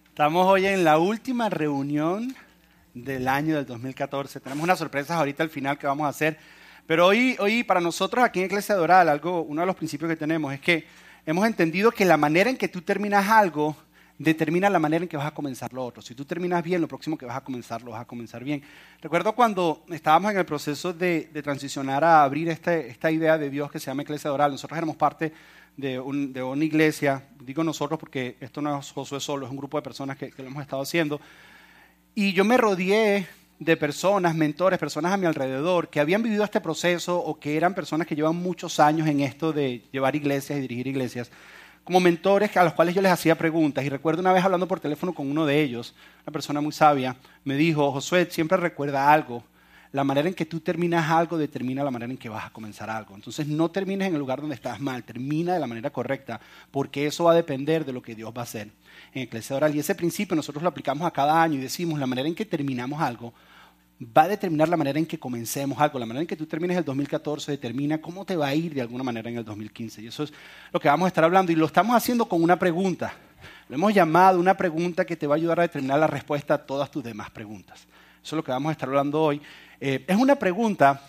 Estamos hoy en la última reunión del año del 2014. Tenemos unas sorpresas ahorita al final que vamos a hacer. Pero hoy para nosotros aquí en Iglesia Doral, uno de los principios que tenemos es que hemos entendido que la manera en que tú terminas algo determina la manera en que vas a comenzar lo otro. Si tú terminas bien, lo próximo que vas a comenzar, lo vas a comenzar bien. Recuerdo cuando estábamos en el proceso de transicionar a abrir esta idea de Dios que se llama Iglesia Doral. Nosotros éramos parte de una iglesia, digo nosotros porque esto no es Josué solo, es un grupo de personas que lo hemos estado haciendo. Y yo me rodeé de personas, mentores, personas a mi alrededor que habían vivido este proceso o que eran personas que llevan muchos años en esto de llevar iglesias y dirigir iglesias, como mentores a los cuales yo les hacía preguntas. Y recuerdo una vez hablando por teléfono con uno de ellos, una persona muy sabia, me dijo: Josué, siempre recuerda algo. La manera en que tú terminas algo determina la manera en que vas a comenzar algo. Entonces no termines en el lugar donde estás mal, termina de la manera correcta, porque eso va a depender de lo que Dios va a hacer en Iglesia Doral. Y ese principio nosotros lo aplicamos a cada año y decimos: la manera en que terminamos algo va a determinar la manera en que comencemos algo. La manera en que tú termines el 2014 determina cómo te va a ir de alguna manera en el 2015. Y eso es lo que vamos a estar hablando. Y lo estamos haciendo con una pregunta. Lo hemos llamado una pregunta que te va a ayudar a determinar la respuesta a todas tus demás preguntas. Eso es lo que vamos a estar hablando hoy. Es una pregunta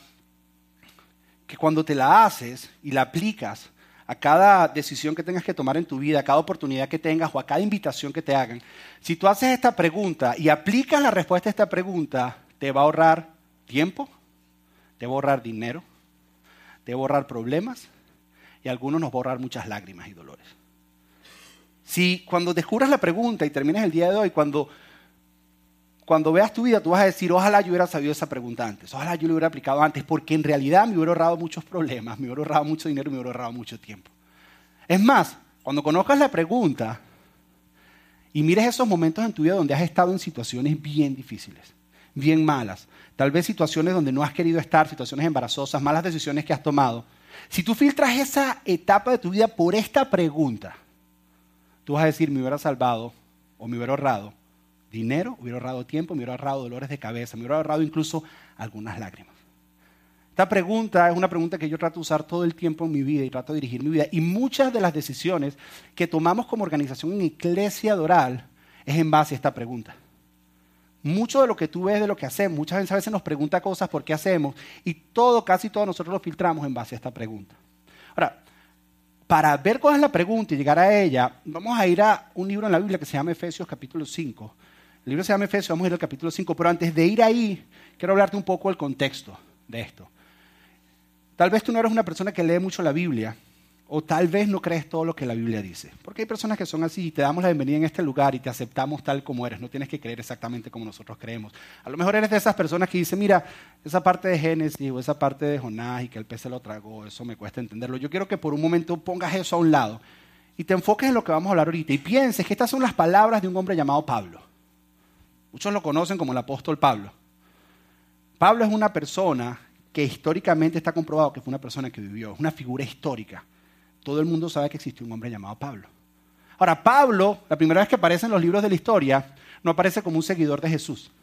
que cuando te la haces y la aplicas a cada decisión que tengas que tomar en tu vida, a cada oportunidad que tengas o a cada invitación que te hagan, si tú haces esta pregunta y aplicas la respuesta a esta pregunta, te va a ahorrar tiempo, te va a ahorrar dinero, te va a ahorrar problemas y a algunos nos va a ahorrar muchas lágrimas y dolores. Si cuando descubras la pregunta y termines el día de hoy, cuando veas tu vida, tú vas a decir: ojalá yo hubiera sabido esa pregunta antes, ojalá yo lo hubiera aplicado antes, porque en realidad me hubiera ahorrado muchos problemas, me hubiera ahorrado mucho dinero y me hubiera ahorrado mucho tiempo. Es más, cuando conozcas la pregunta y mires esos momentos en tu vida donde has estado en situaciones bien difíciles, bien malas, tal vez situaciones donde no has querido estar, situaciones embarazosas, malas decisiones que has tomado, si tú filtras esa etapa de tu vida por esta pregunta, tú vas a decir: me hubiera salvado o me hubiera ahorrado dinero, me hubiera ahorrado tiempo, me hubiera ahorrado dolores de cabeza, me hubiera ahorrado incluso algunas lágrimas. Esta pregunta es una pregunta que yo trato de usar todo el tiempo en mi vida y trato de dirigir mi vida. Y muchas de las decisiones que tomamos como organización en Iglesia Doral es en base a esta pregunta. Mucho de lo que tú ves de lo que hacemos, muchas veces nos pregunta cosas por qué hacemos y casi todo nosotros lo filtramos en base a esta pregunta. Ahora, para ver cuál es la pregunta y llegar a ella, vamos a ir a un libro en la Biblia que se llama Efesios capítulo 5. El libro se llama Efesios, vamos a ir al capítulo 5, pero antes de ir ahí, quiero hablarte un poco del contexto de esto. Tal vez tú no eres una persona que lee mucho la Biblia, o tal vez no crees todo lo que la Biblia dice. Porque hay personas que son así y te damos la bienvenida en este lugar y te aceptamos tal como eres. No tienes que creer exactamente como nosotros creemos. A lo mejor eres de esas personas que dicen: mira, esa parte de Génesis o esa parte de Jonás y que el pez se lo tragó, eso me cuesta entenderlo. Yo quiero que por un momento pongas eso a un lado y te enfoques en lo que vamos a hablar ahorita y pienses que estas son las palabras de un hombre llamado Pablo. Muchos lo conocen como el apóstol Pablo. Pablo es una persona que históricamente está comprobado que fue una persona que vivió, es una figura histórica. Todo el mundo sabe que existió un hombre llamado Pablo. Ahora, Pablo, la primera vez que aparece en los libros de la historia, no aparece como un seguidor de Jesús,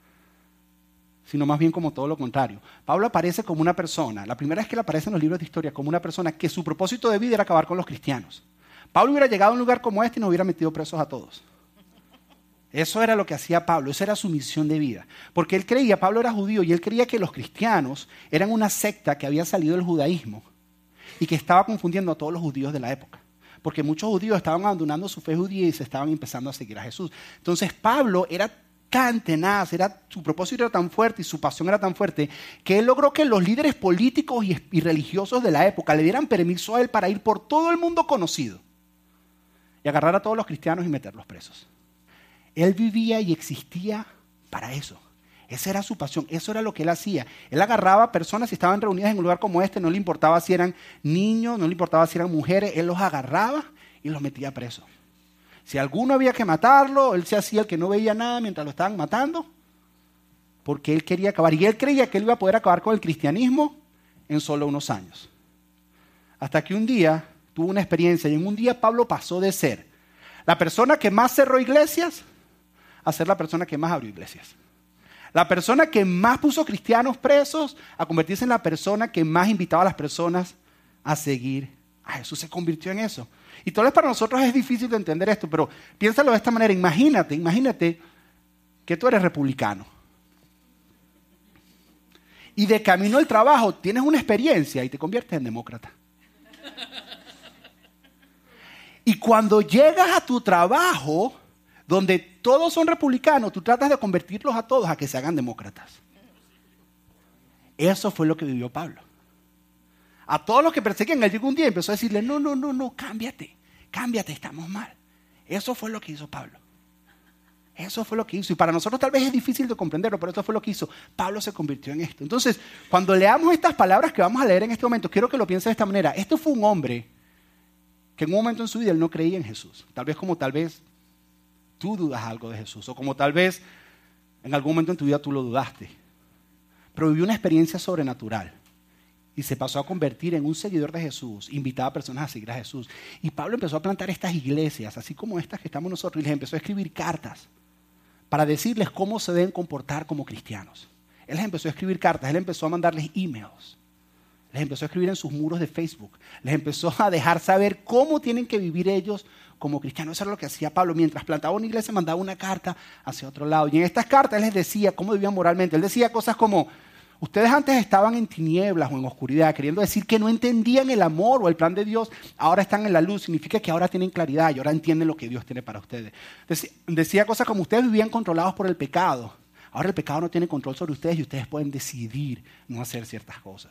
sino más bien como todo lo contrario. Pablo aparece como una persona, la primera vez que él aparece en los libros de historia, como una persona que su propósito de vida era acabar con los cristianos. Pablo hubiera llegado a un lugar como este y nos hubiera metido presos a todos. Eso era lo que hacía Pablo, esa era su misión de vida. Porque él creía, Pablo era judío, y él creía que los cristianos eran una secta que había salido del judaísmo y que estaba confundiendo a todos los judíos de la época. Porque muchos judíos estaban abandonando su fe judía y se estaban empezando a seguir a Jesús. Entonces Pablo era tan tenaz, su propósito era tan fuerte y su pasión era tan fuerte que él logró que los líderes políticos y religiosos de la época le dieran permiso a él para ir por todo el mundo conocido y agarrar a todos los cristianos y meterlos presos. Él vivía y existía para eso. Esa era su pasión, eso era lo que él hacía. Él agarraba a personas y estaban reunidas en un lugar como este, no le importaba si eran niños, no le importaba si eran mujeres, él los agarraba y los metía presos. Si alguno había que matarlo, él se hacía el que no veía nada mientras lo estaban matando, porque él quería acabar. Y él creía que él iba a poder acabar con el cristianismo en solo unos años. Hasta que un día tuvo una experiencia y en un día Pablo pasó de ser la persona que más cerró iglesias a ser la persona que más abrió iglesias. La persona que más puso cristianos presos a convertirse en la persona que más invitaba a las personas a seguir Jesús se convirtió en eso. Y tal vez para nosotros es difícil de entender esto, pero piénsalo de esta manera. Imagínate que tú eres republicano. Y de camino al trabajo tienes una experiencia y te conviertes en demócrata. Y cuando llegas a tu trabajo, donde todos son republicanos, tú tratas de convertirlos a todos a que se hagan demócratas. Eso fue lo que vivió Pablo. A todos los que perseguían, él llegó un día y empezó a decirle, no, cámbiate, estamos mal. Eso fue lo que hizo Pablo. Eso fue lo que hizo. Y para nosotros tal vez es difícil de comprenderlo, pero eso fue lo que hizo. Pablo se convirtió en esto. Entonces, cuando leamos estas palabras que vamos a leer en este momento, quiero que lo pienses de esta manera. Esto fue un hombre que en un momento en su vida él no creía en Jesús. Tal vez tú dudas algo de Jesús, o como tal vez en algún momento en tu vida tú lo dudaste. Pero vivió una experiencia sobrenatural y se pasó a convertir en un seguidor de Jesús, invitaba a personas a seguir a Jesús. Y Pablo empezó a plantar estas iglesias, así como estas que estamos nosotros, y les empezó a escribir cartas para decirles cómo se deben comportar como cristianos. Él les empezó a escribir cartas, él empezó a mandarles emails, les empezó a escribir en sus muros de Facebook, les empezó a dejar saber cómo tienen que vivir ellos como cristianos. Eso era lo que hacía Pablo. Mientras plantaba una iglesia, mandaba una carta hacia otro lado. Y en estas cartas él les decía cómo vivían moralmente. Él decía cosas como, ustedes antes estaban en tinieblas o en oscuridad, queriendo decir que no entendían el amor o el plan de Dios. Ahora están en la luz. Significa que ahora tienen claridad y ahora entienden lo que Dios tiene para ustedes. Decía cosas como, ustedes vivían controlados por el pecado. Ahora el pecado no tiene control sobre ustedes y ustedes pueden decidir no hacer ciertas cosas.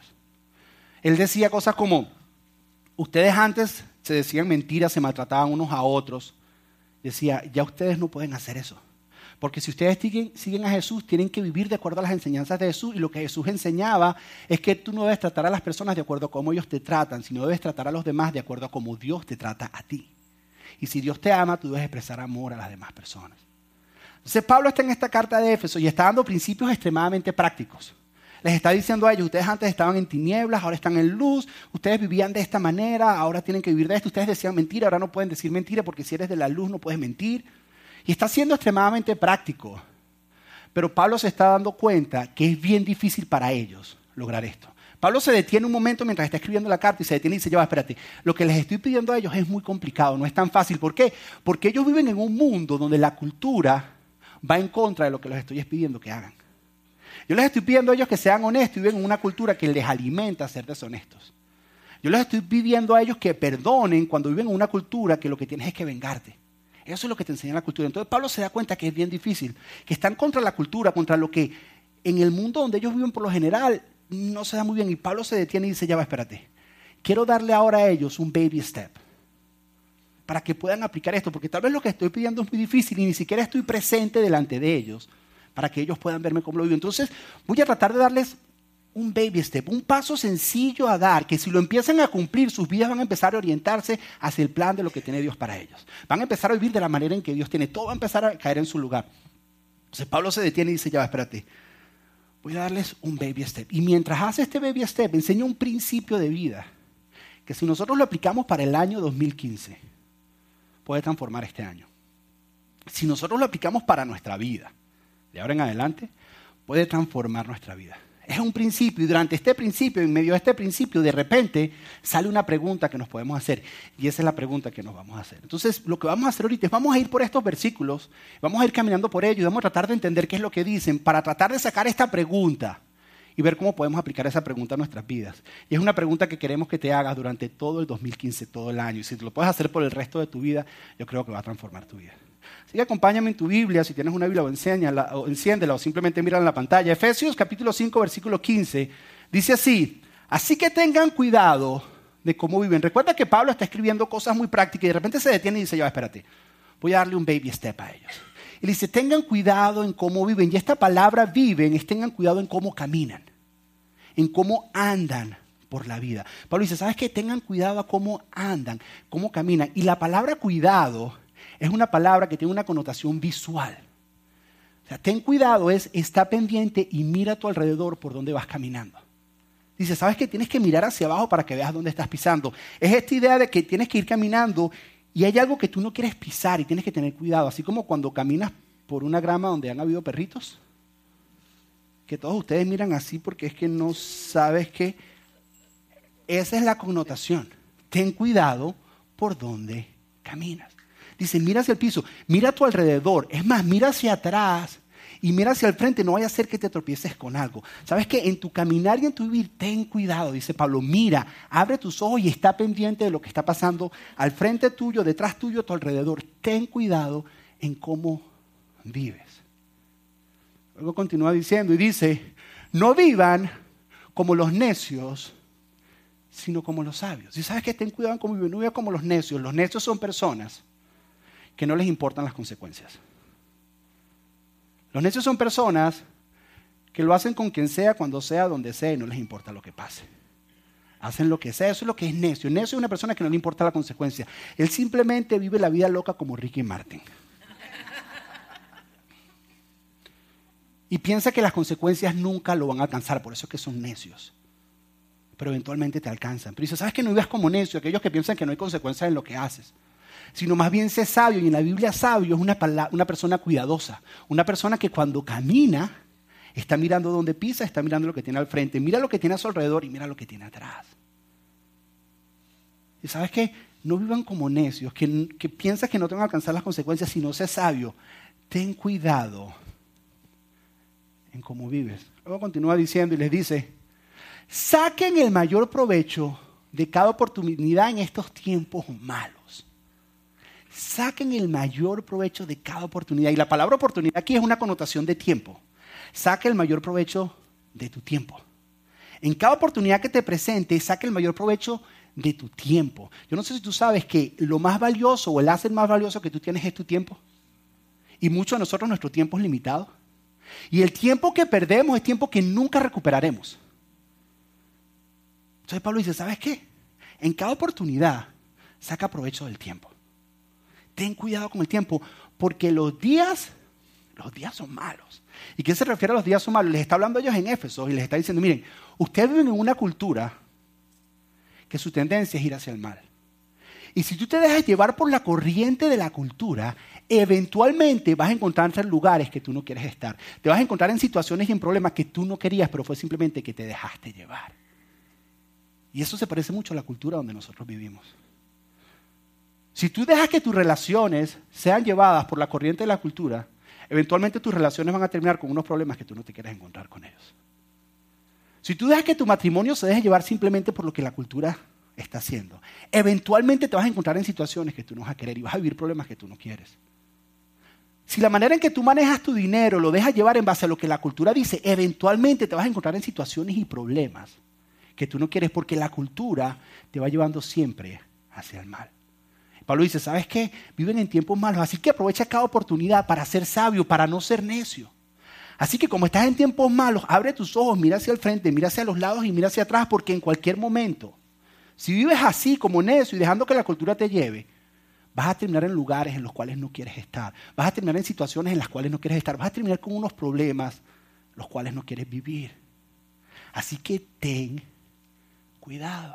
Él decía cosas como, ustedes antes se decían mentiras, se maltrataban unos a otros. Decía, ya ustedes no pueden hacer eso. Porque si ustedes siguen a Jesús, tienen que vivir de acuerdo a las enseñanzas de Jesús. Y lo que Jesús enseñaba es que tú no debes tratar a las personas de acuerdo a cómo ellos te tratan, sino debes tratar a los demás de acuerdo a cómo Dios te trata a ti. Y si Dios te ama, tú debes expresar amor a las demás personas. Entonces Pablo está en esta carta de Éfeso y está dando principios extremadamente prácticos. Les está diciendo a ellos, ustedes antes estaban en tinieblas, ahora están en luz, ustedes vivían de esta manera, ahora tienen que vivir de esto, ustedes decían mentira, ahora no pueden decir mentira porque si eres de la luz no puedes mentir. Y está siendo extremadamente práctico. Pero Pablo se está dando cuenta que es bien difícil para ellos lograr esto. Pablo se detiene un momento mientras está escribiendo la carta y se detiene y dice, ya va, espérate, lo que les estoy pidiendo a ellos es muy complicado, no es tan fácil. ¿Por qué? Porque ellos viven en un mundo donde la cultura va en contra de lo que les estoy pidiendo que hagan. Yo les estoy pidiendo a ellos que sean honestos y viven en una cultura que les alimenta a ser deshonestos. Yo les estoy pidiendo a ellos que perdonen cuando viven en una cultura que lo que tienes es que vengarte. Eso es lo que te enseña la cultura. Entonces Pablo se da cuenta que es bien difícil, que están contra la cultura, contra lo que en el mundo donde ellos viven por lo general no se da muy bien. Y Pablo se detiene y dice, ya va, espérate. Quiero darle ahora a ellos un baby step para que puedan aplicar esto, porque tal vez lo que estoy pidiendo es muy difícil y ni siquiera estoy presente delante de ellos para que ellos puedan verme como lo vivo. Entonces voy a tratar de darles un baby step, un paso sencillo a dar, que si lo empiezan a cumplir, sus vidas van a empezar a orientarse hacia el plan de lo que tiene Dios para ellos. Van a empezar a vivir de la manera en que Dios tiene. Todo va a empezar a caer en su lugar. Entonces Pablo se detiene y dice, ya va, espérate, voy a darles un baby step. Y mientras hace este baby step, enseña un principio de vida, que si nosotros lo aplicamos para el año 2015, puede transformar este año. Si nosotros lo aplicamos para nuestra vida, de ahora en adelante, puede transformar nuestra vida. Es un principio y durante este principio, en medio de este principio, de repente sale una pregunta que nos podemos hacer. Y esa es la pregunta que nos vamos a hacer. Entonces, lo que vamos a hacer ahorita es vamos a ir por estos versículos, vamos a ir caminando por ellos y vamos a tratar de entender qué es lo que dicen para tratar de sacar esta pregunta y ver cómo podemos aplicar esa pregunta a nuestras vidas. Y es una pregunta que queremos que te hagas durante todo el 2015, todo el año. Y si te lo puedes hacer por el resto de tu vida, yo creo que va a transformar tu vida. Así que acompáñame en tu Biblia, si tienes una Biblia o enciéndela o simplemente mírala en la pantalla. Efesios capítulo 5, versículo 15, dice así, así que tengan cuidado de cómo viven. Recuerda que Pablo está escribiendo cosas muy prácticas y de repente se detiene y dice, ya, espérate, voy a darle un baby step a ellos. Y dice, tengan cuidado en cómo viven. Y esta palabra viven es tengan cuidado en cómo caminan, en cómo andan por la vida. Pablo dice, ¿sabes qué? Tengan cuidado a cómo andan, cómo caminan. Y la palabra cuidado es una palabra que tiene una connotación visual. O sea, ten cuidado es, está pendiente y mira a tu alrededor por donde vas caminando. Dice, ¿sabes qué? Tienes que mirar hacia abajo para que veas dónde estás pisando. Es esta idea de que tienes que ir caminando y hay algo que tú no quieres pisar y tienes que tener cuidado. Así como cuando caminas por una grama donde han habido perritos, que todos ustedes miran así porque es que no sabes qué. Esa es la connotación. ten cuidado por donde caminas. Dice, mira hacia el piso, mira a tu alrededor. Es más, mira hacia atrás y mira hacia el frente. No vaya a ser que te tropieces con algo. ¿Sabes qué? En tu caminar y en tu vivir, ten cuidado, dice Pablo. Mira, abre tus ojos y está pendiente de lo que está pasando al frente tuyo, detrás tuyo, a tu alrededor. Ten cuidado en cómo vives. Luego continúa diciendo y dice, no vivan como los necios, sino como los sabios. ¿Y sabes qué? Ten cuidado en cómo viven. No vivan como los necios. Los necios son personas que no les importan las consecuencias. Los necios son personas que lo hacen con quien sea, cuando sea, donde sea, y no les importa lo que pase. Hacen lo que sea, eso es lo que es necio. Necio es una persona que no le importa la consecuencia. Él simplemente vive la vida loca como Ricky Martin. Y piensa que las consecuencias nunca lo van a alcanzar, por eso es que son necios. Pero eventualmente te alcanzan. Pero dice, ¿sabes que no vivas como necio? Aquellos que piensan que no hay consecuencias en lo que haces. Sino más bien sé sabio. Y en la Biblia sabio es una persona cuidadosa. Una persona que cuando camina está mirando dónde pisa, está mirando lo que tiene al frente. Mira lo que tiene a su alrededor y mira lo que tiene atrás. ¿Y sabes qué? No vivan como necios, que piensan que no te van a alcanzar las consecuencias, sino sé sabio. Ten cuidado en cómo vives. Luego continúa diciendo y les dice, saquen el mayor provecho de cada oportunidad en estos tiempos malos. Saquen el mayor provecho de cada oportunidad. Y la palabra oportunidad aquí es una connotación de tiempo. Saca el mayor provecho de tu tiempo. En cada oportunidad que te presente, saca el mayor provecho de tu tiempo. Yo no sé si tú sabes que lo más valioso o el asset más valioso que tú tienes es tu tiempo. Y muchos de nosotros, nuestro tiempo es limitado. Y el tiempo que perdemos es tiempo que nunca recuperaremos. Entonces Pablo dice, ¿sabes qué? En cada oportunidad, saca provecho del tiempo. Ten cuidado con el tiempo, porque los días son malos. ¿Y qué se refiere a los días son malos? Les está hablando a ellos en Éfeso y les está diciendo, miren, ustedes viven en una cultura que su tendencia es ir hacia el mal. Y si tú te dejas llevar por la corriente de la cultura, eventualmente vas a encontrarte en lugares que tú no quieres estar. Te vas a encontrar en situaciones y en problemas que tú no querías, pero fue simplemente que te dejaste llevar. Y eso se parece mucho a la cultura donde nosotros vivimos. Si tú dejas que tus relaciones sean llevadas por la corriente de la cultura, eventualmente tus relaciones van a terminar con unos problemas que tú no te quieres encontrar con ellos. Si tú dejas que tu matrimonio se deje llevar simplemente por lo que la cultura está haciendo, eventualmente te vas a encontrar en situaciones que tú no vas a querer y vas a vivir problemas que tú no quieres. Si la manera en que tú manejas tu dinero lo dejas llevar en base a lo que la cultura dice, eventualmente te vas a encontrar en situaciones y problemas que tú no quieres porque la cultura te va llevando siempre hacia el mal. Pablo dice, ¿sabes qué? Viven en tiempos malos, así que aprovecha cada oportunidad para ser sabio, para no ser necio. Así que como estás en tiempos malos, abre tus ojos, mira hacia el frente, mira hacia los lados y mira hacia atrás, porque en cualquier momento, si vives así como necio y dejando que la cultura te lleve, vas a terminar en lugares en los cuales no quieres estar. Vas a terminar en situaciones en las cuales no quieres estar. Vas a terminar con unos problemas los cuales no quieres vivir. Así que ten cuidado.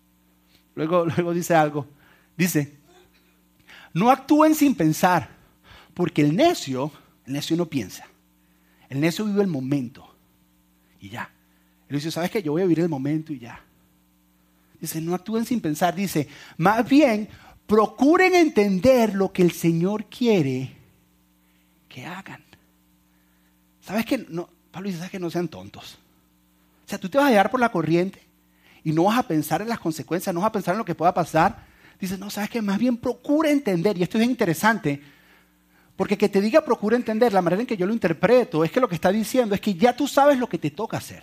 Luego dice algo. Dice, no actúen sin pensar, porque el necio no piensa. El necio vive el momento y ya. Él dice, ¿sabes qué? Yo voy a vivir el momento y ya. Dice, no actúen sin pensar. Dice, más bien, procuren entender lo que el Señor quiere que hagan. ¿Sabes qué? No, Pablo dice, ¿sabes qué? No sean tontos. O sea, tú te vas a llevar por la corriente y no vas a pensar en las consecuencias, no vas a pensar en lo que pueda pasar. Dice, no, ¿sabes qué? Más bien procura entender. Y esto es interesante, porque que te diga procura entender, la manera en que yo lo interpreto, es que lo que está diciendo es que ya tú sabes lo que te toca hacer.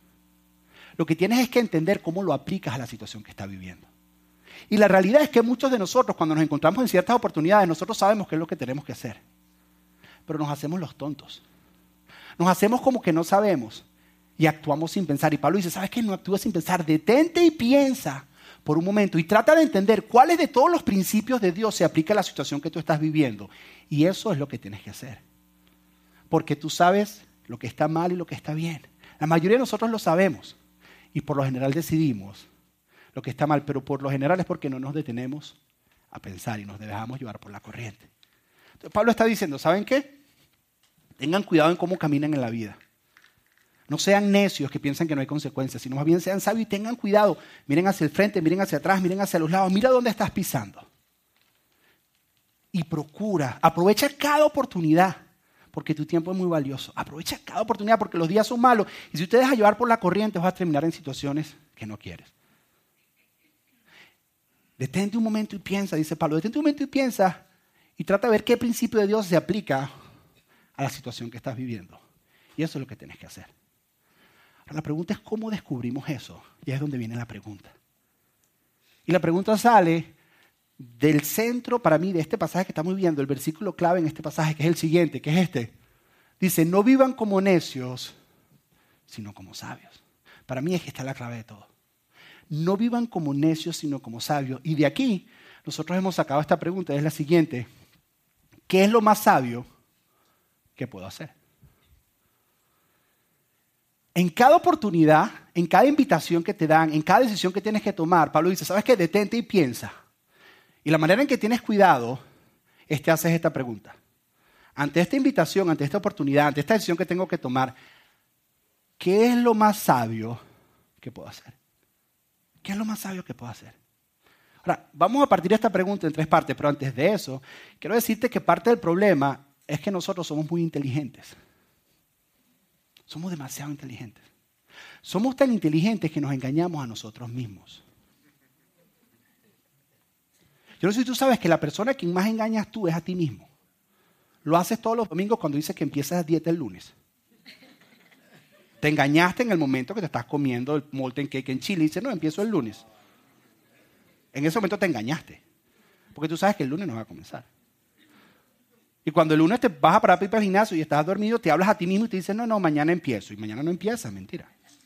Lo que tienes es que entender cómo lo aplicas a la situación que estás viviendo. Y la realidad es que muchos de nosotros, cuando nos encontramos en ciertas oportunidades, nosotros sabemos qué es lo que tenemos que hacer. Pero nos hacemos los tontos. Nos hacemos como que no sabemos y actuamos sin pensar. Y Pablo dice, ¿sabes qué? No actúes sin pensar. Detente y piensa por un momento y trata de entender cuáles de todos los principios de Dios se aplica a la situación que tú estás viviendo. Y eso es lo que tienes que hacer. Porque tú sabes lo que está mal y lo que está bien. La mayoría de nosotros lo sabemos y por lo general decidimos lo que está mal, pero por lo general es porque no nos detenemos a pensar y nos dejamos llevar por la corriente. Entonces Pablo está diciendo, ¿saben qué? Tengan cuidado en cómo caminan en la vida. No sean necios que piensan que no hay consecuencias, sino más bien sean sabios y tengan cuidado. Miren hacia el frente, miren hacia atrás, miren hacia los lados. Mira dónde estás pisando. Y aprovecha cada oportunidad, porque tu tiempo es muy valioso. Aprovecha cada oportunidad porque los días son malos. Y si te dejas llevar por la corriente, vas a terminar en situaciones que no quieres. Detente un momento y piensa, dice Pablo. Detente un momento y piensa y trata de ver qué principio de Dios se aplica a la situación que estás viviendo. Y eso es lo que tienes que hacer. Ahora, la pregunta es cómo descubrimos eso. Y es donde viene la pregunta. Y la pregunta sale del centro, para mí, de este pasaje que estamos viendo, el versículo clave en este pasaje, que es el siguiente, que es este. Dice, no vivan como necios, sino como sabios. Para mí es que está la clave de todo. No vivan como necios, sino como sabios. Y de aquí, nosotros hemos sacado esta pregunta, es la siguiente. ¿Qué es lo más sabio que puedo hacer? En cada oportunidad, en cada invitación que te dan, en cada decisión que tienes que tomar, Pablo dice, ¿sabes qué? Detente y piensa. Y la manera en que tienes cuidado es que haces esta pregunta. Ante esta invitación, ante esta oportunidad, ante esta decisión que tengo que tomar, ¿qué es lo más sabio que puedo hacer? ¿Qué es lo más sabio que puedo hacer? Ahora, vamos a partir esta pregunta en tres partes, pero antes de eso, quiero decirte que parte del problema es que nosotros somos muy inteligentes. Somos demasiado inteligentes. Somos tan inteligentes que nos engañamos a nosotros mismos. Yo no sé si tú sabes que la persona a quien más engañas tú es a ti mismo. Lo haces todos los domingos cuando dices que empiezas dieta el lunes. Te engañaste en el momento que te estás comiendo el molten cake en Chile y dices, no, empiezo el lunes. En ese momento te engañaste. Porque tú sabes que el lunes no va a comenzar. Y cuando el lunes te vas a parar para ir al gimnasio y estás dormido, te hablas a ti mismo y te dices, no, mañana empiezo. Y mañana no empieza, mentira.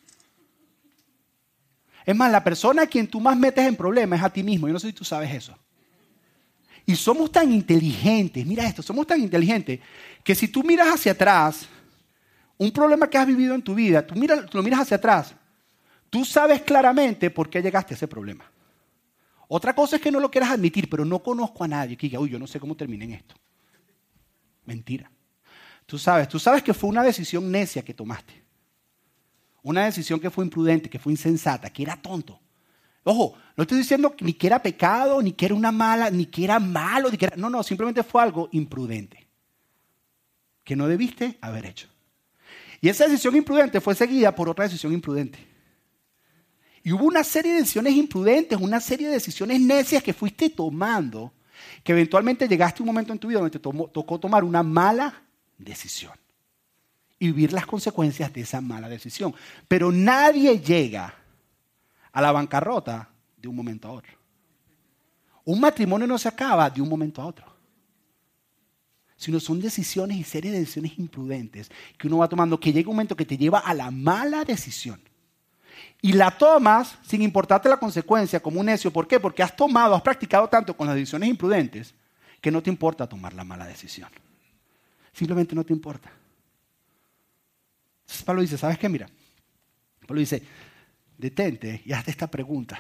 Es más, la persona a quien tú más metes en problemas es a ti mismo. Yo no sé si tú sabes eso. Y somos tan inteligentes, mira esto, somos tan inteligentes que si tú miras hacia atrás, un problema que has vivido en tu vida, tú lo miras hacia atrás, tú sabes claramente por qué llegaste a ese problema. Otra cosa es que no lo quieras admitir, pero no conozco a nadie que diga, uy, yo no sé cómo terminé en esto. Mentira. Tú sabes que fue una decisión necia que tomaste. Una decisión que fue imprudente, que fue insensata, que era tonto. Ojo, no estoy diciendo ni que era pecado, ni que era una mala, ni que era malo, ni que era... No, simplemente fue algo imprudente. Que no debiste haber hecho. Y esa decisión imprudente fue seguida por otra decisión imprudente. Y hubo una serie de decisiones imprudentes, una serie de decisiones necias que fuiste tomando, que eventualmente llegaste a un momento en tu vida donde te tocó tomar una mala decisión. Y vivir las consecuencias de esa mala decisión. Pero nadie llega a la bancarrota de un momento a otro. Un matrimonio no se acaba de un momento a otro. Sino son decisiones y series de decisiones imprudentes que uno va tomando, que llega un momento que te lleva a la mala decisión. Y la tomas sin importarte la consecuencia como un necio. ¿Por qué? Porque has practicado tanto con las decisiones imprudentes que no te importa tomar la mala decisión. Simplemente no te importa. Entonces Pablo dice, ¿sabes qué? Mira, Pablo dice, detente y hazte esta pregunta.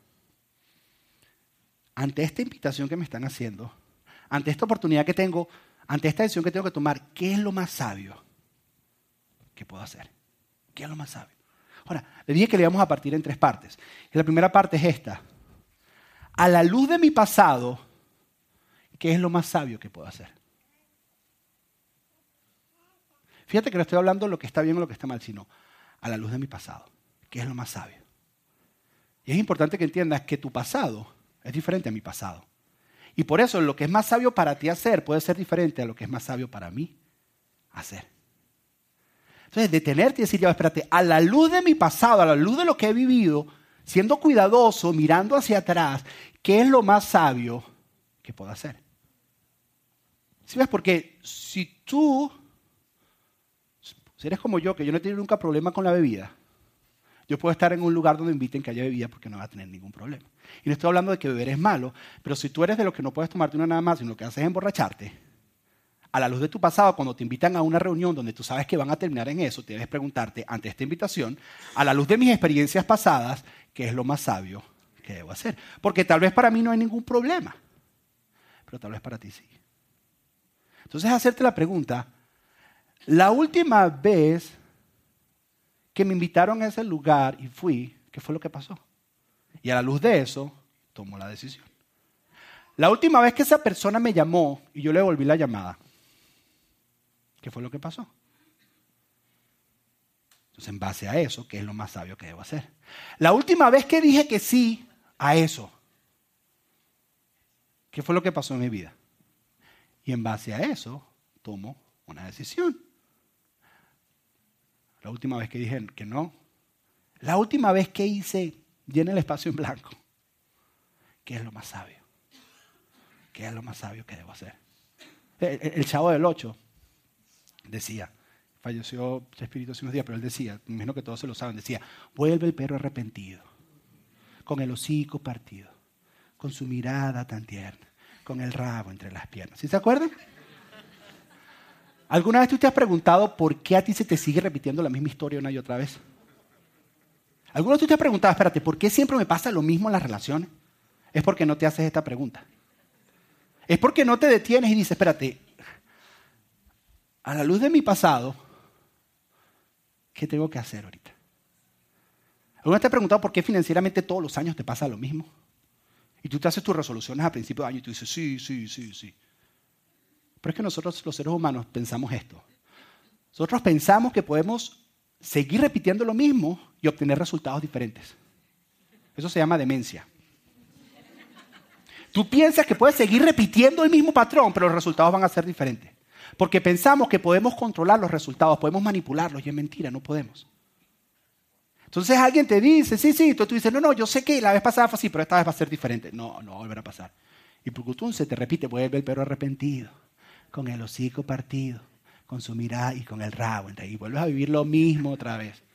Ante esta invitación que me están haciendo, ante esta oportunidad que tengo, ante esta decisión que tengo que tomar, ¿qué es lo más sabio que puedo hacer? ¿Qué es lo más sabio? Ahora, le dije que le íbamos a partir en tres partes. Y la primera parte es esta. A la luz de mi pasado, ¿qué es lo más sabio que puedo hacer? Fíjate que no estoy hablando de lo que está bien o lo que está mal, sino a la luz de mi pasado. ¿Qué es lo más sabio? Y es importante que entiendas que tu pasado es diferente a mi pasado. Y por eso lo que es más sabio para ti hacer puede ser diferente a lo que es más sabio para mí hacer. Entonces, detenerte y decir, ya, espérate, a la luz de mi pasado, a la luz de lo que he vivido, siendo cuidadoso, mirando hacia atrás, ¿qué es lo más sabio que puedo hacer? ¿Sí ves? Porque si eres como yo, que yo no he tenido nunca problema con la bebida, yo puedo estar en un lugar donde inviten que haya bebida porque no va a tener ningún problema. Y no estoy hablando de que beber es malo, pero si tú eres de los que no puedes tomarte una nada más, sino lo que haces es emborracharte, a la luz de tu pasado, cuando te invitan a una reunión donde tú sabes que van a terminar en eso, debes preguntarte ante esta invitación, a la luz de mis experiencias pasadas, ¿qué es lo más sabio que debo hacer? Porque tal vez para mí no hay ningún problema, pero tal vez para ti sí. Entonces, hacerte la pregunta, la última vez que me invitaron a ese lugar y fui, ¿qué fue lo que pasó? Y a la luz de eso, tomo la decisión. La última vez que esa persona me llamó y yo le devolví la llamada, ¿qué fue lo que pasó? Entonces, en base a eso, ¿qué es lo más sabio que debo hacer? La última vez que dije que sí a eso, ¿qué fue lo que pasó en mi vida? Y en base a eso, tomo una decisión. La última vez que dije que no. La última vez que hice, llené el espacio en blanco. ¿Qué es lo más sabio? ¿Qué es lo más sabio que debo hacer? El Chavo del Ocho decía, falleció Chespirito hace unos días, pero él decía, me imagino que todos se lo saben, decía, vuelve el perro arrepentido, con el hocico partido, con su mirada tan tierna, con el rabo entre las piernas. ¿Sí se acuerdan? ¿Alguna vez tú te has preguntado por qué a ti se te sigue repitiendo la misma historia una y otra vez? ¿Alguna vez tú te has preguntado, espérate, ¿por qué siempre me pasa lo mismo en las relaciones? Es porque no te haces esta pregunta. Es porque no te detienes y dices, espérate, a la luz de mi pasado, ¿qué tengo que hacer ahorita? ¿Alguna vez te has preguntado por qué financieramente todos los años te pasa lo mismo? Y tú te haces tus resoluciones a principio de año y tú dices, sí. Pero es que nosotros los seres humanos pensamos esto. Nosotros pensamos que podemos seguir repitiendo lo mismo y obtener resultados diferentes. Eso se llama demencia. Tú piensas que puedes seguir repitiendo el mismo patrón, pero los resultados van a ser diferentes. Porque pensamos que podemos controlar los resultados, podemos manipularlos, y es mentira, no podemos. Entonces alguien te dice, sí, tú dices, no, yo sé que la vez pasada fue así, pero esta vez va a ser diferente. No va a volver a pasar. Y por tú se te repite, vuelve el perro arrepentido, con el hocico partido, con su mirada y con el rabo, y vuelves a vivir lo mismo otra vez.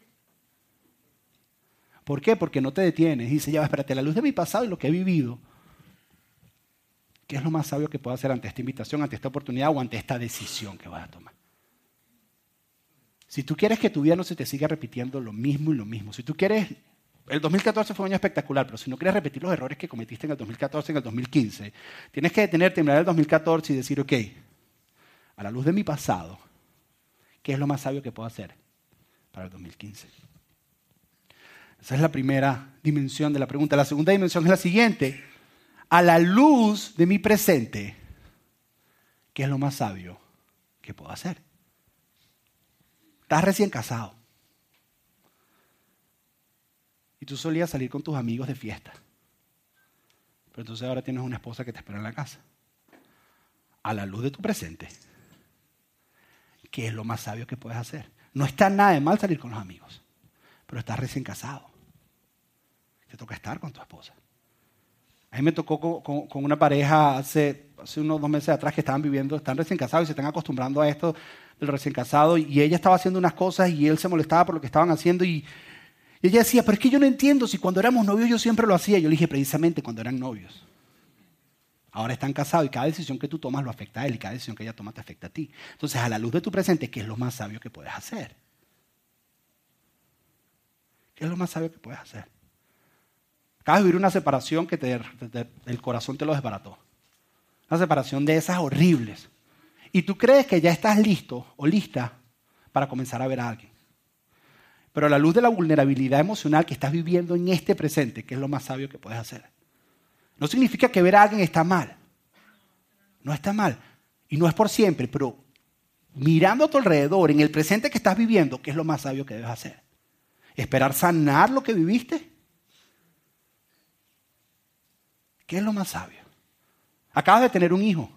¿Por qué? Porque no te detienes. Dice, ya, espérate, a la luz de mi pasado y lo que he vivido, ¿qué es lo más sabio que puedo hacer ante esta invitación, ante esta oportunidad o ante esta decisión que vas a tomar? Si tú quieres que tu vida no se te siga repitiendo lo mismo y lo mismo, si tú quieres, el 2014 fue un año espectacular, pero si no quieres repetir los errores que cometiste en el 2014, en el 2015, tienes que detenerte, mirar el 2014 y decir, ok, a la luz de mi pasado, ¿qué es lo más sabio que puedo hacer para el 2015? Esa es la primera dimensión de la pregunta. La segunda dimensión es la siguiente. A la luz de mi presente, ¿qué es lo más sabio que puedo hacer? Estás recién casado. Y tú solías salir con tus amigos de fiesta. Pero entonces ahora tienes una esposa que te espera en la casa. A la luz de tu presente, ¿qué es lo más sabio que puedes hacer? No está nada de mal salir con los amigos, pero estás recién casado. Te toca estar con tu esposa. A mí me tocó con una pareja hace unos 2 meses atrás que están recién casados y se están acostumbrando a esto del recién casado, y ella estaba haciendo unas cosas y él se molestaba por lo que estaban haciendo y ella decía, pero es que yo no entiendo, si cuando éramos novios yo siempre lo hacía. Yo le dije, precisamente cuando eran novios. Ahora están casados y cada decisión que tú tomas lo afecta a él y cada decisión que ella toma te afecta a ti. Entonces, a la luz de tu presente, ¿qué es lo más sabio que puedes hacer? ¿Qué es lo más sabio que puedes hacer? Acabas de vivir una separación que el corazón te lo desbarató. Una separación de esas horribles. Y tú crees que ya estás listo o lista para comenzar a ver a alguien. Pero a la luz de la vulnerabilidad emocional que estás viviendo en este presente, ¿qué es lo más sabio que puedes hacer? No significa que ver a alguien está mal. No está mal. Y no es por siempre, pero mirando a tu alrededor, en el presente que estás viviendo, ¿qué es lo más sabio que debes hacer? ¿Esperar sanar lo que viviste? ¿Qué es lo más sabio? Acabas de tener un hijo.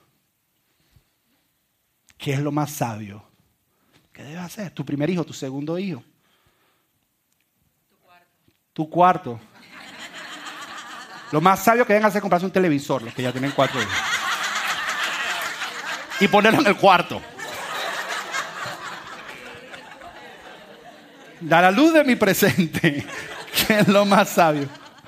¿Qué es lo más sabio que debes hacer? Tu primer hijo, tu segundo hijo. Tu cuarto. Lo más sabio que deben hacer es comprarse un televisor, los que ya tienen 4 hijos. Y ponerlo en el cuarto. A la luz de mi presente, ¿qué es lo más sabio?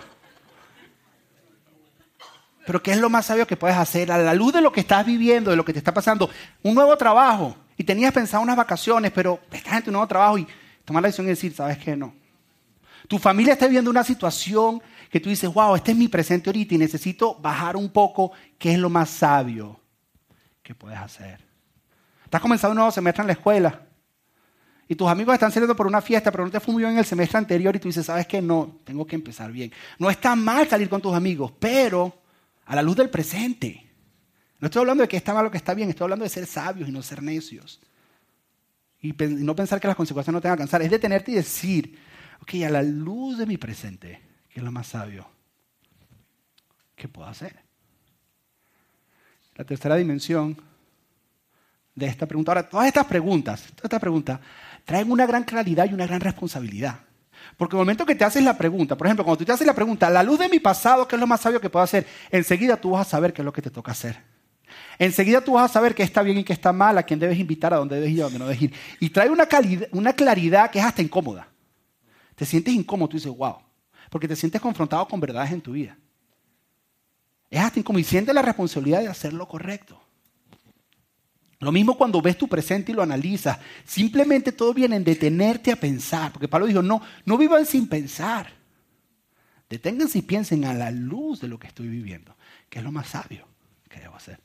Pero ¿qué es lo más sabio que puedes hacer? A la luz de lo que estás viviendo, de lo que te está pasando, un nuevo trabajo, y tenías pensado unas vacaciones, pero estás en tu nuevo trabajo y tomar la decisión y decir, ¿sabes qué? No. Tu familia está viviendo una situación que tú dices, wow, este es mi presente ahorita y necesito bajar un poco. ¿Qué es lo más sabio que puedes hacer? Estás comenzando un nuevo semestre en la escuela Y tus amigos están saliendo por una fiesta, pero no te fue muy bien en el semestre anterior y tú dices, ¿sabes qué? No, tengo que empezar bien. No está mal salir con tus amigos, pero a la luz del presente. No estoy hablando de que está mal o que está bien, estoy hablando de ser sabios y no ser necios. Y no pensar que las consecuencias no te van a alcanzar. Es detenerte y decir, ok, a la luz de mi presente, ¿qué es lo más sabio? ¿Qué puedo hacer? La tercera dimensión de esta pregunta. Ahora, todas estas preguntas traen una gran claridad y una gran responsabilidad. Porque el momento que te haces la pregunta, por ejemplo, cuando tú te haces la pregunta, a la luz de mi pasado, ¿qué es lo más sabio que puedo hacer? Enseguida tú vas a saber qué es lo que te toca hacer. Enseguida tú vas a saber qué está bien y qué está mal, a quién debes invitar, a dónde debes ir, a dónde no debes ir. Y trae una claridad que es hasta incómoda. Te sientes incómodo, tú dices, wow, porque te sientes confrontado con verdades en tu vida. Es hasta incómodo y sientes la responsabilidad de hacer lo correcto. Lo mismo cuando ves tu presente y lo analizas. Simplemente todo viene en detenerte a pensar. Porque Pablo dijo, no vivan sin pensar. Deténganse y piensen a la luz de lo que estoy viviendo. Que es lo más sabio que debo hacer.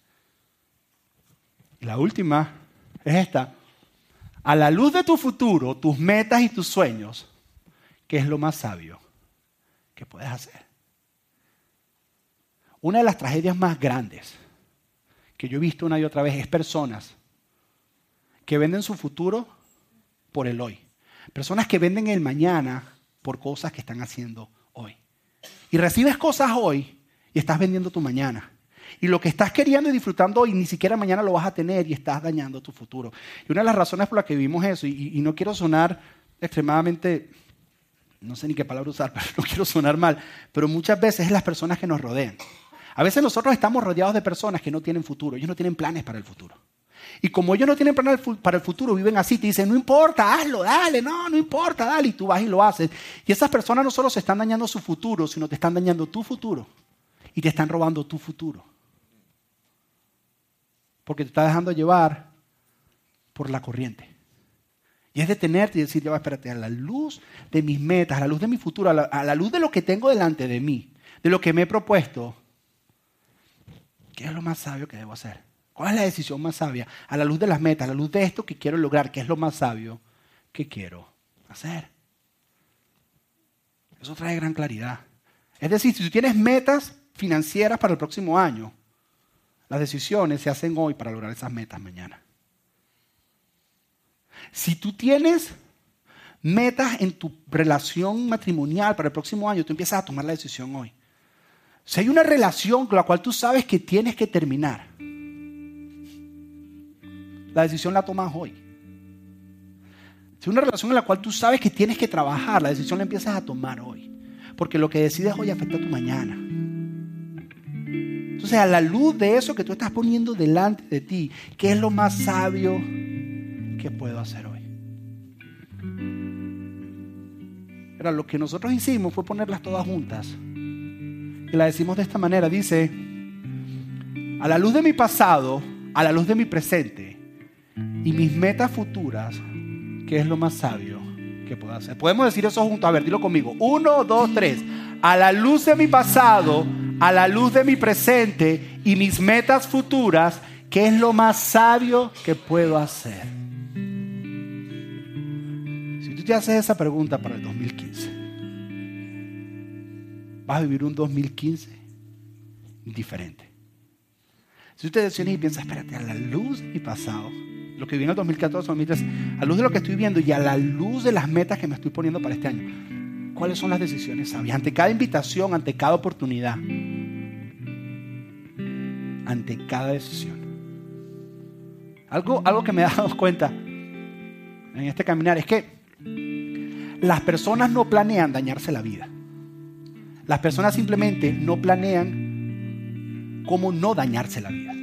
Y la última es esta. A la luz de tu futuro, tus metas y tus sueños, ¿qué es lo más sabio que puedes hacer? Una de las tragedias más grandes que yo he visto una y otra vez es personas que venden su futuro por el hoy. Personas que venden el mañana por cosas que están haciendo hoy. Y recibes cosas hoy y estás vendiendo tu mañana. Y lo que estás queriendo y disfrutando hoy, ni siquiera mañana lo vas a tener y estás dañando tu futuro. Y una de las razones por las que vivimos eso, y no quiero sonar extremadamente, no sé ni qué palabra usar, pero no quiero sonar mal, pero muchas veces es las personas que nos rodean. A veces nosotros estamos rodeados de personas que no tienen futuro, ellos no tienen planes para el futuro. Y como ellos no tienen planes para el futuro, viven así, te dicen, no importa, hazlo, dale, no importa, dale, y tú vas y lo haces. Y esas personas no solo se están dañando su futuro, sino te están dañando tu futuro y te están robando tu futuro. Porque te estás dejando llevar por la corriente. Y es detenerte y decir, ya va, espérate, a la luz de mis metas, a la luz de mi futuro, a la luz de lo que tengo delante de mí, de lo que me he propuesto, ¿qué es lo más sabio que debo hacer? ¿Cuál es la decisión más sabia? A la luz de las metas, a la luz de esto que quiero lograr, ¿qué es lo más sabio que quiero hacer? Eso trae gran claridad. Es decir, si tú tienes metas financieras para el próximo año, las decisiones se hacen hoy para lograr esas metas mañana. Si tú tienes metas en tu relación matrimonial para el próximo año, tú empiezas a tomar la decisión hoy. Si hay una relación con la cual tú sabes que tienes que terminar, la decisión la tomas hoy. Si hay una relación en la cual tú sabes que tienes que trabajar, la decisión la empiezas a tomar hoy. Porque lo que decides hoy afecta a tu mañana. Entonces, a la luz de eso que tú estás poniendo delante de ti, ¿qué es lo más sabio que puedo hacer hoy? Pero lo que nosotros hicimos fue ponerlas todas juntas. Y la decimos de esta manera, dice, a la luz de mi pasado, a la luz de mi presente y mis metas futuras, ¿qué es lo más sabio que puedo hacer? Podemos decir eso juntos, a ver, dilo conmigo, 1, 2, 3, a la luz de mi pasado, a la luz de mi presente y mis metas futuras, ¿qué es lo más sabio que puedo hacer? Si tú te haces esa pregunta para el 2015, vas a vivir un 2015 diferente. Si tú te decides y piensas, espérate, a la luz de mi pasado, lo que viví en el 2014, 2013, a la luz de lo que estoy viendo y a la luz de las metas que me estoy poniendo para este año, ¿cuáles son las decisiones sabias? Ante cada invitación, ante cada oportunidad, ante cada decisión. Algo que me he dado cuenta en este caminar es que las personas no planean dañarse la vida. Las personas simplemente no planean cómo no dañarse la vida.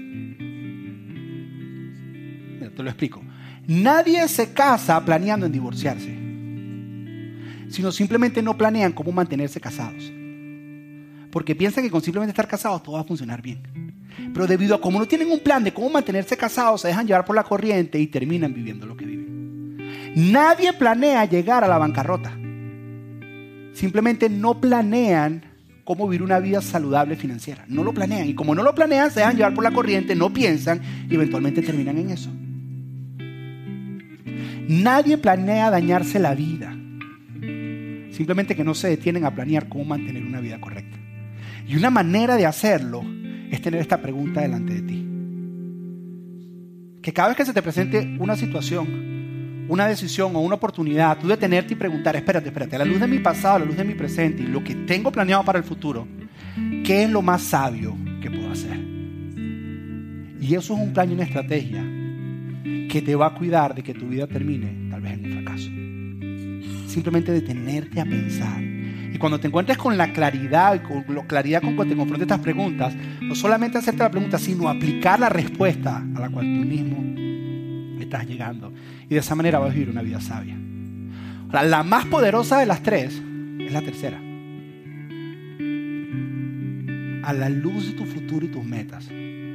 Mira, te lo explico. Nadie se casa planeando en divorciarse, sino simplemente no planean cómo mantenerse casados. Porque piensan que con simplemente estar casados todo va a funcionar bien. Pero debido a cómo no tienen un plan de cómo mantenerse casados, se dejan llevar por la corriente y terminan viviendo lo que viven. Nadie planea llegar a la bancarrota. Simplemente no planean cómo vivir una vida saludable financiera. No lo planean. Y como no lo planean, se dejan llevar por la corriente, no piensan y eventualmente terminan en eso. Nadie planea dañarse la vida. Simplemente que no se detienen a planear cómo mantener una vida correcta. Y una manera de hacerlo es tener esta pregunta delante de ti. Que cada vez que se te presente una situación, una decisión o una oportunidad, tú detenerte y preguntar, espérate, a la luz de mi pasado, a la luz de mi presente y lo que tengo planeado para el futuro, ¿qué es lo más sabio que puedo hacer? Y eso es un plan y una estrategia que te va a cuidar de que tu vida termine tal vez en un fracaso. Simplemente detenerte a pensar. Y cuando te encuentres con la claridad y con la claridad con que te confrontes estas preguntas, no solamente hacerte la pregunta, sino aplicar la respuesta a la cual tú mismo estás llegando. Y de esa manera vas a vivir una vida sabia. Ahora, la más poderosa de las tres es la tercera. A la luz de tu futuro y tus metas.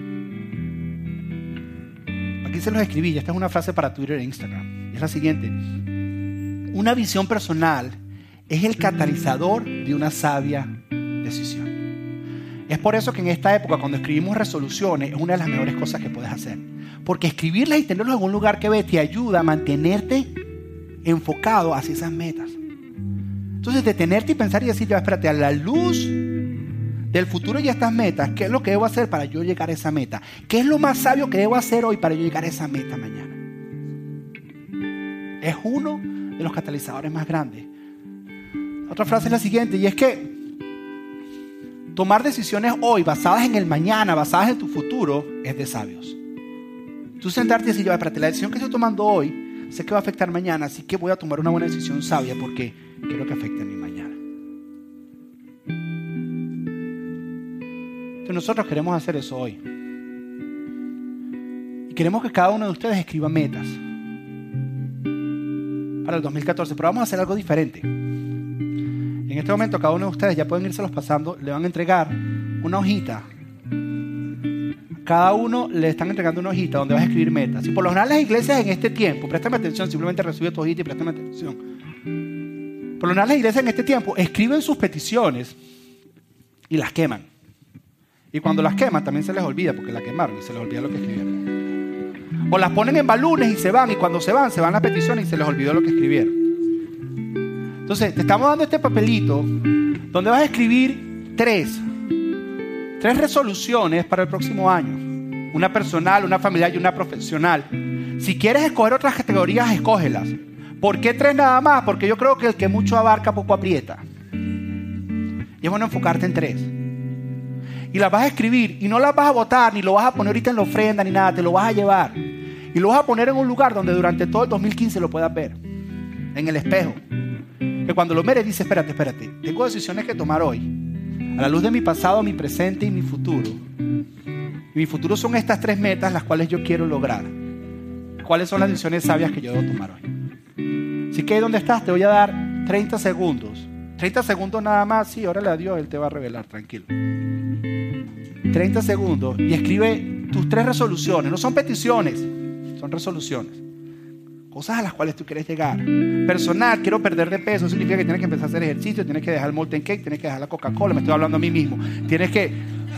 Aquí se los escribí, esta es una frase para Twitter e Instagram. Y es la siguiente. Una visión personal es el catalizador de una sabia decisión. Es por eso que en esta época, cuando escribimos resoluciones, es una de las mejores cosas que puedes hacer. Porque escribirlas y tenerlas en un lugar que ves te ayuda a mantenerte enfocado hacia esas metas. Entonces, detenerte y pensar y decir, ya, espérate, a la luz del futuro y estas metas, ¿qué es lo que debo hacer para yo llegar a esa meta? ¿Qué es lo más sabio que debo hacer hoy para yo llegar a esa meta mañana? Es uno de los catalizadores más grandes. Otra frase es la siguiente, y es que tomar decisiones hoy basadas en el mañana, basadas en tu futuro, es de sabios. Tú sentarte y decir, ya, espérate, la decisión que estoy tomando hoy sé que va a afectar mañana, así que voy a tomar una buena decisión sabia porque quiero que afecte a mi mañana. Entonces nosotros queremos hacer eso hoy. Y queremos que cada uno de ustedes escriba metas para el 2014, pero vamos a hacer algo diferente. En este momento cada uno de ustedes ya pueden irse los pasando, le van a entregar una hojita. Cada uno le están entregando una hojita donde vas a escribir metas. Y por lo general las iglesias en este tiempo, préstame atención, simplemente recibe tu hojita y préstame atención. Por lo general las iglesias en este tiempo escriben sus peticiones y las queman. Y cuando las queman también se les olvida porque la quemaron y se les olvida lo que escribieron. O las ponen en balunes y se van cuando se van las peticiones y se les olvidó lo que escribieron. Entonces te estamos dando este papelito donde vas a escribir tres resoluciones para el próximo año. Una personal, una familiar y una profesional. Si quieres escoger otras categorías, escógelas. ¿Por qué 3 nada más? Porque yo creo que el que mucho abarca, poco aprieta. Y es bueno enfocarte en 3. Y las vas a escribir y no las vas a botar, ni lo vas a poner ahorita en la ofrenda, ni nada. Te lo vas a llevar. Y lo vas a poner en un lugar donde durante todo el 2015 lo puedas ver. En el espejo. Que cuando lo mires dices, espérate. Tengo decisiones que tomar hoy. A la luz de mi pasado, mi presente y mi futuro. Y mi futuro son estas 3 metas las cuales yo quiero lograr. ¿Cuáles son las decisiones sabias que yo debo tomar hoy? Así que ahí donde estás te voy a dar 30 segundos. 30 segundos nada más. Sí, órale a Dios, Él te va a revelar, tranquilo. 30 segundos y escribe tus 3 resoluciones. No son peticiones, son resoluciones. Cosas a las cuales tú quieres llegar. Personal, quiero perder de peso. Eso significa que tienes que empezar a hacer ejercicio, tienes que dejar el molten cake, tienes que dejar la Coca-Cola. Me estoy hablando a mí mismo. Tienes que...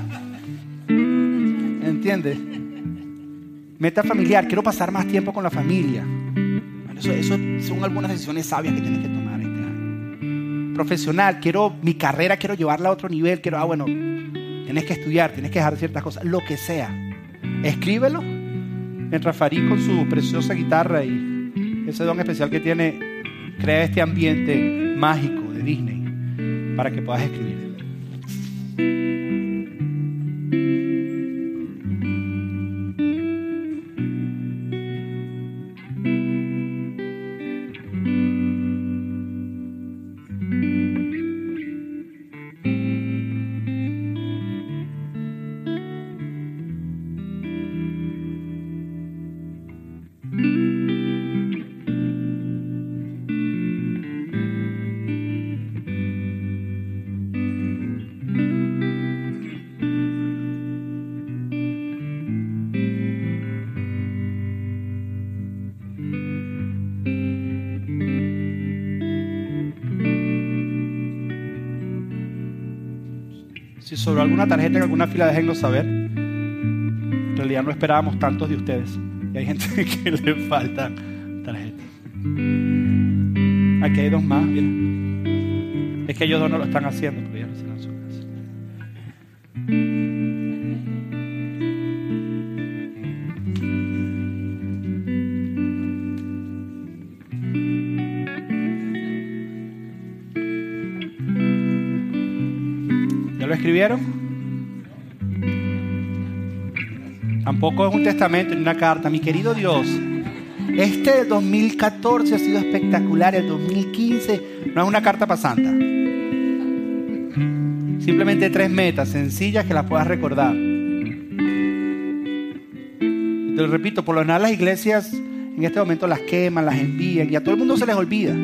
¿Entiendes? Meta familiar, quiero pasar más tiempo con la familia. Bueno, eso son algunas decisiones sabias que tienes que tomar este año. Profesional, mi carrera quiero llevarla a otro nivel. Tienes que estudiar, tienes que dejar ciertas cosas. Lo que sea. Escríbelo. Mientras Farid con su preciosa guitarra y ese don especial que tiene, crea este ambiente mágico de Disney para que puedas escribir. Si sobre alguna tarjeta en alguna fila, déjenlo saber. En realidad no esperábamos tantos de ustedes. Y hay gente que le faltan tarjetas. Aquí hay dos más, mira. Es que ellos dos no lo están haciendo porque ellos no están en su casa. ¿Ya lo escribieron? Tampoco es un testamento ni una carta. Mi querido Dios, este 2014 ha sido espectacular. El 2015 no es una carta para Santa. Simplemente 3 metas sencillas que las puedas recordar. Te lo repito, por lo general las iglesias en este momento las queman, las envían y a todo el mundo se les olvida.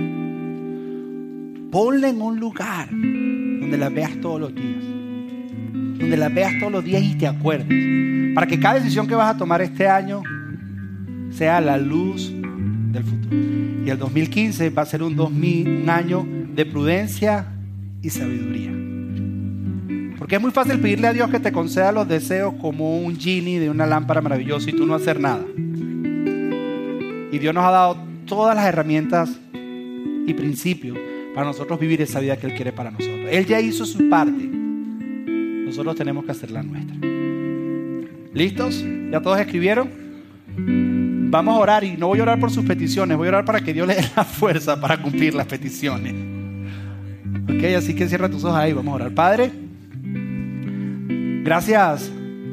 Ponla en un lugar donde las veas todos los días. Donde las veas todos los días y te acuerdes. Para que cada decisión que vas a tomar este año sea la luz del futuro. Y el 2015 va a ser un año de prudencia y sabiduría. Porque es muy fácil pedirle a Dios que te conceda los deseos como un genie de una lámpara maravillosa y tú no hacer nada. Y Dios nos ha dado todas las herramientas y principios para nosotros vivir esa vida que Él quiere para nosotros. Él ya hizo su parte. Nosotros tenemos que hacer la nuestra. ¿Listos? ¿Ya todos escribieron? Vamos a orar y no voy a orar por sus peticiones. Voy a orar para que Dios le dé la fuerza para cumplir las peticiones. Ok, así que cierra tus ojos ahí. Vamos a orar. Padre, gracias.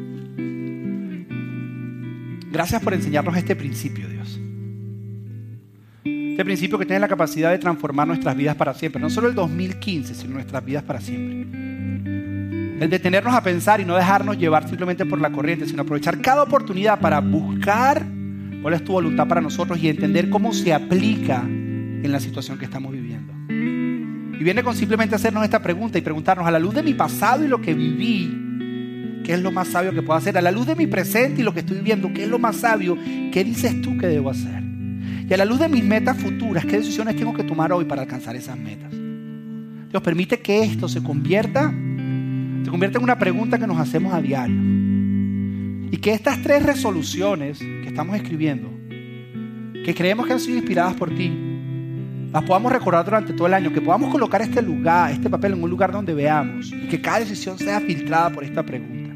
Gracias por enseñarnos este principio, Dios. Este principio que tiene la capacidad de transformar nuestras vidas para siempre. No solo el 2015, sino nuestras vidas para siempre. El detenernos a pensar y no dejarnos llevar simplemente por la corriente, sino aprovechar cada oportunidad para buscar cuál es tu voluntad para nosotros y entender cómo se aplica en la situación que estamos viviendo. Y viene con simplemente hacernos esta pregunta y preguntarnos, a la luz de mi pasado y lo que viví, ¿qué es lo más sabio que puedo hacer? A la luz de mi presente y lo que estoy viviendo, ¿qué es lo más sabio? ¿Qué dices tú que debo hacer? Y a la luz de mis metas futuras, ¿qué decisiones tengo que tomar hoy para alcanzar esas metas? Dios, permite que esto se convierta en una pregunta que nos hacemos a diario. Y que estas 3 resoluciones que estamos escribiendo, que creemos que han sido inspiradas por ti, las podamos recordar durante todo el año, que podamos colocar este papel en un lugar donde veamos y que cada decisión sea filtrada por esta pregunta.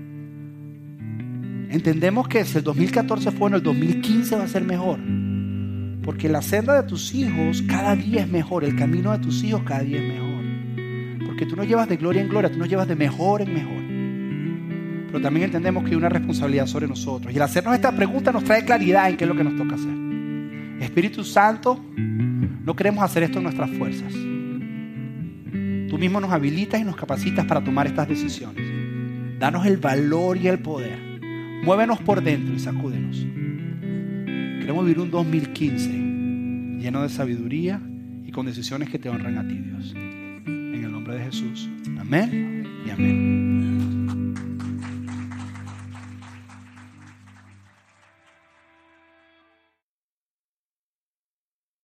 Entendemos que si el 2014 fue bueno, el 2015 va a ser mejor. Porque la senda de tus hijos cada día es mejor, el camino de tus hijos cada día es mejor. Porque tú nos llevas de gloria en gloria, tú nos llevas de mejor en mejor. Pero también entendemos que hay una responsabilidad sobre nosotros. Y el hacernos esta pregunta nos trae claridad en qué es lo que nos toca hacer. Espíritu Santo, no queremos hacer esto en nuestras fuerzas. Tú mismo nos habilitas y nos capacitas para tomar estas decisiones. Danos el valor y el poder. Muévenos por dentro y sacúdenos. Queremos vivir un 2015 lleno de sabiduría y con decisiones que te honran a ti, Dios. En el nombre de Jesús. Amén y amén.